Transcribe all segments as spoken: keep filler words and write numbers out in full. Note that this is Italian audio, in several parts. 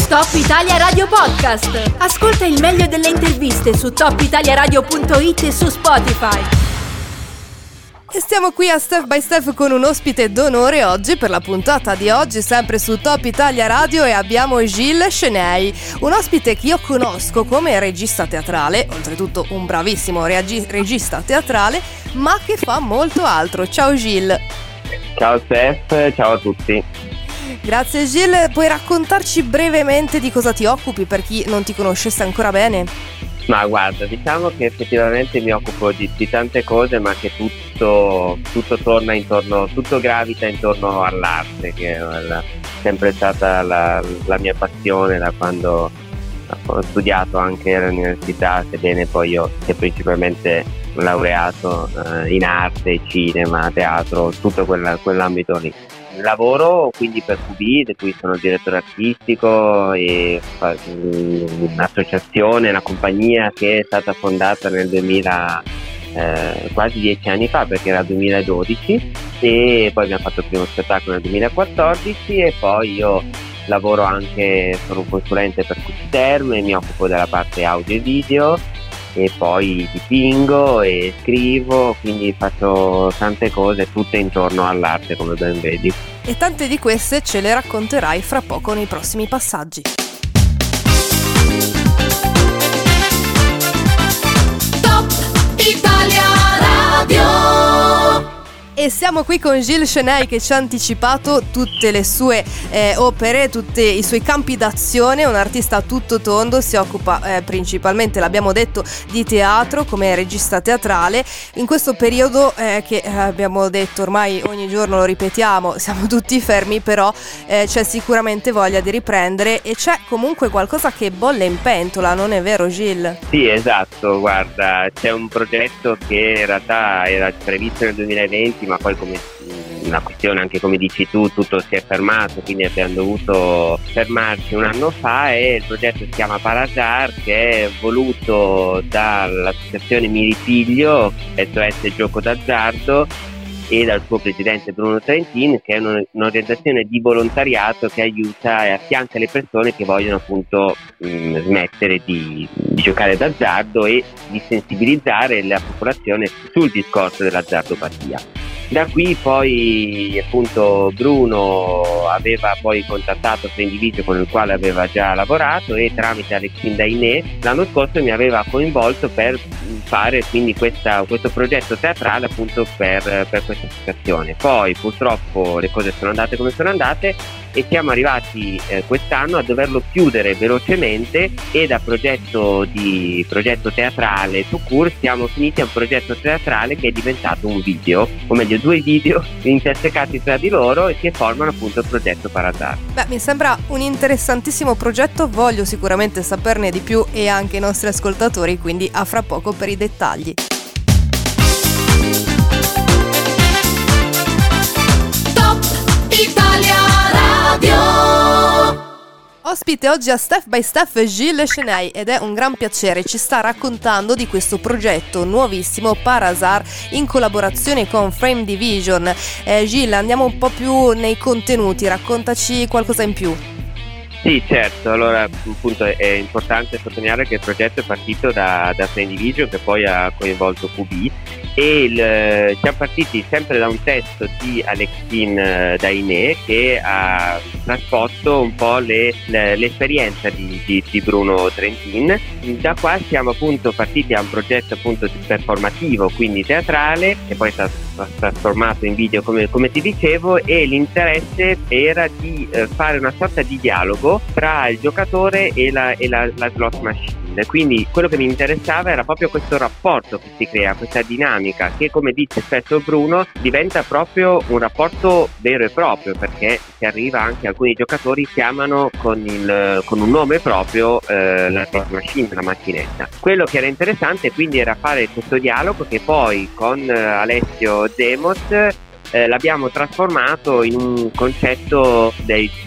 Top Italia Radio Podcast. Ascolta il meglio delle interviste su top italia radio punto it e su Spotify. E stiamo qui a Step by Step con un ospite d'onore oggi per la puntata di oggi, sempre su Top Italia Radio, e abbiamo Gilles Cheney, un ospite che io conosco come regista teatrale, oltretutto un bravissimo reagi- regista teatrale, ma che fa molto altro. Ciao Gilles. Ciao Steph, ciao a tutti. Grazie Gilles, puoi raccontarci brevemente di cosa ti occupi per chi non ti conoscesse ancora bene? Ma guarda, diciamo che effettivamente mi occupo di, di tante cose, ma che tutto, tutto torna intorno, tutto gravita intorno all'arte, che è la, sempre stata la, la mia passione da quando ho studiato anche all'università, sebbene poi io sia principalmente un laureato eh, in arte, cinema, teatro, tutto quella, quell'ambito lì. Lavoro quindi per Q B, di cui sono direttore artistico, e un'associazione, una compagnia che è stata fondata nel duemila, eh, quasi dieci anni fa, perché era duemiladodici, e poi abbiamo fatto il primo spettacolo nel duemilaquattordici, e poi io lavoro anche, sono un consulente per Q C Term e mi occupo della parte audio e video, e poi dipingo e scrivo, quindi faccio tante cose, tutte intorno all'arte, come ben vedi. E tante di queste ce le racconterai fra poco nei prossimi passaggi. Top Italia Radio. E siamo qui con Gilles Cheney, che ci ha anticipato tutte le sue eh, opere, tutti i suoi campi d'azione. Un artista a tutto tondo, si occupa eh, principalmente, l'abbiamo detto, di teatro come regista teatrale. In questo periodo eh, che eh, abbiamo detto ormai ogni giorno lo ripetiamo, siamo tutti fermi, però eh, c'è sicuramente voglia di riprendere e c'è comunque qualcosa che bolle in pentola, non è vero Gilles? Sì, esatto, guarda, c'è un progetto che in realtà era previsto nel duemilaventi, ma poi come una questione, anche come dici tu, tutto si è fermato, quindi abbiamo dovuto fermarci un anno fa, e il progetto si chiama Parazar, che è voluto dall'associazione Mi Ripiglio, S O S Gioco d'azzardo, e dal suo presidente Bruno Trentin, che è un'organizzazione di volontariato che aiuta e affianca le persone che vogliono appunto mh, smettere di, di giocare d'azzardo e di sensibilizzare la popolazione sul discorso dell'azzardopatia. Da qui poi appunto Bruno aveva poi contattato Friendivisio, con il quale aveva già lavorato, e tramite Alexine Dainé l'anno scorso mi aveva coinvolto per fare quindi questa, questo progetto teatrale appunto per, per questa associazione. Poi purtroppo le cose sono andate come sono andate e siamo arrivati eh, quest'anno a doverlo chiudere velocemente, e da progetto di progetto teatrale to court siamo finiti a un progetto teatrale che è diventato un video, o meglio due video intersecati tra di loro, e che formano appunto il progetto Parazar. Beh, mi sembra un interessantissimo progetto, voglio sicuramente saperne di più, e anche i nostri ascoltatori, quindi a fra poco per i dettagli. Top Italia Radio. Ospite oggi a Step by Step Gilles Cheney, ed è un gran piacere, ci sta raccontando di questo progetto nuovissimo Parazar in collaborazione con Frame Division. Eh, Gilles, andiamo un po' più nei contenuti, raccontaci qualcosa in più. Sì, certo, allora appunto è importante sottolineare che il progetto è partito da, da Frame Division, che poi ha coinvolto Q B, e il, siamo partiti sempre da un testo di Alexine Dainé, che ha trasposto un po' le, le, l'esperienza di, di, di Bruno Trentin. Da qua siamo appunto partiti a un progetto appunto performativo, quindi teatrale, che poi è stato trasformato in video come, come ti dicevo, e l'interesse era di eh, fare una sorta di dialogo tra il giocatore e la, e la, la slot machine. Quindi quello che mi interessava era proprio questo rapporto che si crea, questa dinamica che, come dice spesso Bruno, diventa proprio un rapporto vero e proprio, perché si arriva anche, alcuni giocatori chiamano con, il, con un nome proprio eh, la slot machine, la macchinetta. Quello che era interessante quindi era fare questo dialogo, che poi con eh, Alessio Demos eh, l'abbiamo trasformato in un concetto dei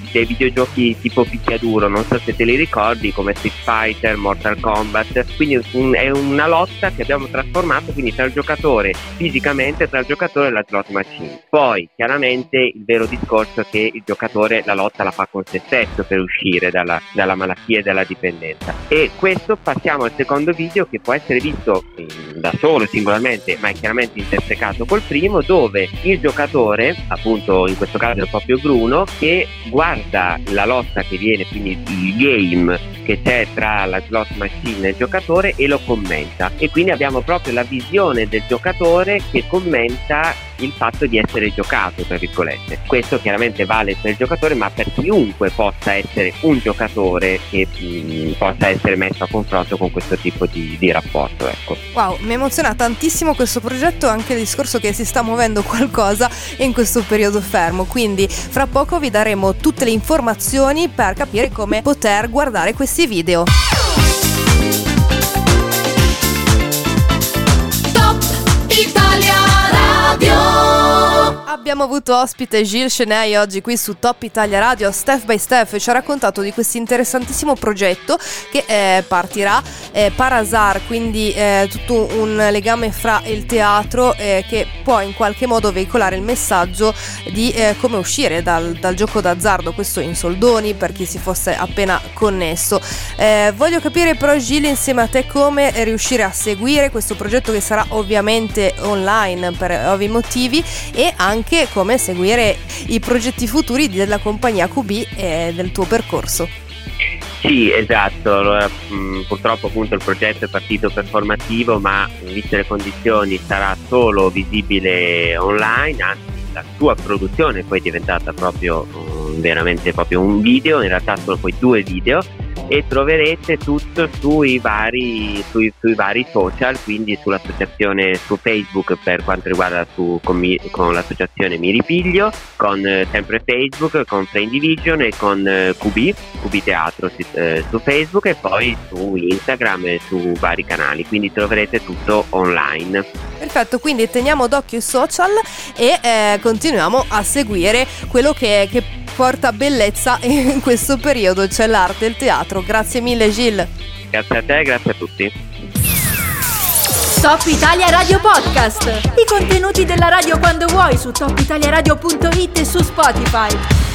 dei videogiochi tipo picchiaduro, non so se te li ricordi, come Street Fighter, Mortal Kombat, quindi un, è una lotta che abbiamo trasformato quindi tra il giocatore fisicamente, tra il giocatore e la slot machine. Poi chiaramente il vero discorso è che il giocatore la lotta la fa con se stesso per uscire dalla, dalla malattia e dalla dipendenza, e questo passiamo al secondo video, che può essere visto da solo singolarmente, ma è chiaramente intersecato col primo, dove il giocatore, appunto in questo caso è proprio Bruno, che guarda la lotta che viene, quindi il game che c'è tra la slot machine e il giocatore, e lo commenta, e quindi abbiamo proprio la visione del giocatore che commenta il fatto di essere giocato, tra virgolette. Questo chiaramente vale per il giocatore, ma per chiunque possa essere un giocatore che mh, possa essere messo a confronto con questo tipo di, di rapporto, ecco. Wow, mi emoziona tantissimo questo progetto, anche il discorso che si sta muovendo qualcosa in questo periodo fermo, quindi fra poco vi daremo tutte le informazioni per capire come poter guardare questi video. Top Italia Radio. Abbiamo avuto ospite Gilles Chenet oggi qui su Top Italia Radio. Step by Step ci ha raccontato di questo interessantissimo progetto che eh, partirà eh, par hasard, quindi eh, tutto un legame fra il teatro eh, che può in qualche modo veicolare il messaggio di eh, come uscire dal, dal gioco d'azzardo, questo in soldoni per chi si fosse appena connesso. Eh, voglio capire però, Gilles, insieme a te come riuscire a seguire questo progetto, che sarà ovviamente online per ovvi motivi, e anche come seguire i progetti futuri della compagnia Q B e del tuo percorso. Sì, esatto. Allora, mh, purtroppo appunto il progetto è partito performativo, ma viste le condizioni sarà solo visibile online, anzi la sua produzione poi è diventata proprio um, veramente proprio un video, in realtà sono poi due video, e troverete tutto sui vari, sui, sui vari social, quindi sull'associazione, su Facebook per quanto riguarda su, con, mi, con l'associazione Mi Ripiglio, con eh, sempre Facebook, con Frame Division e con eh, Q B, Q B Teatro eh, su Facebook, e poi su Instagram e su vari canali, quindi troverete tutto online. Perfetto, quindi teniamo d'occhio i social e eh, continuiamo a seguire quello che, che porta bellezza in questo periodo, cioè l'arte e il teatro. Grazie mille, Gilles. Grazie a te, grazie a tutti. Top Italia Radio Podcast. I contenuti della radio quando vuoi su top italia radio punto it e su Spotify.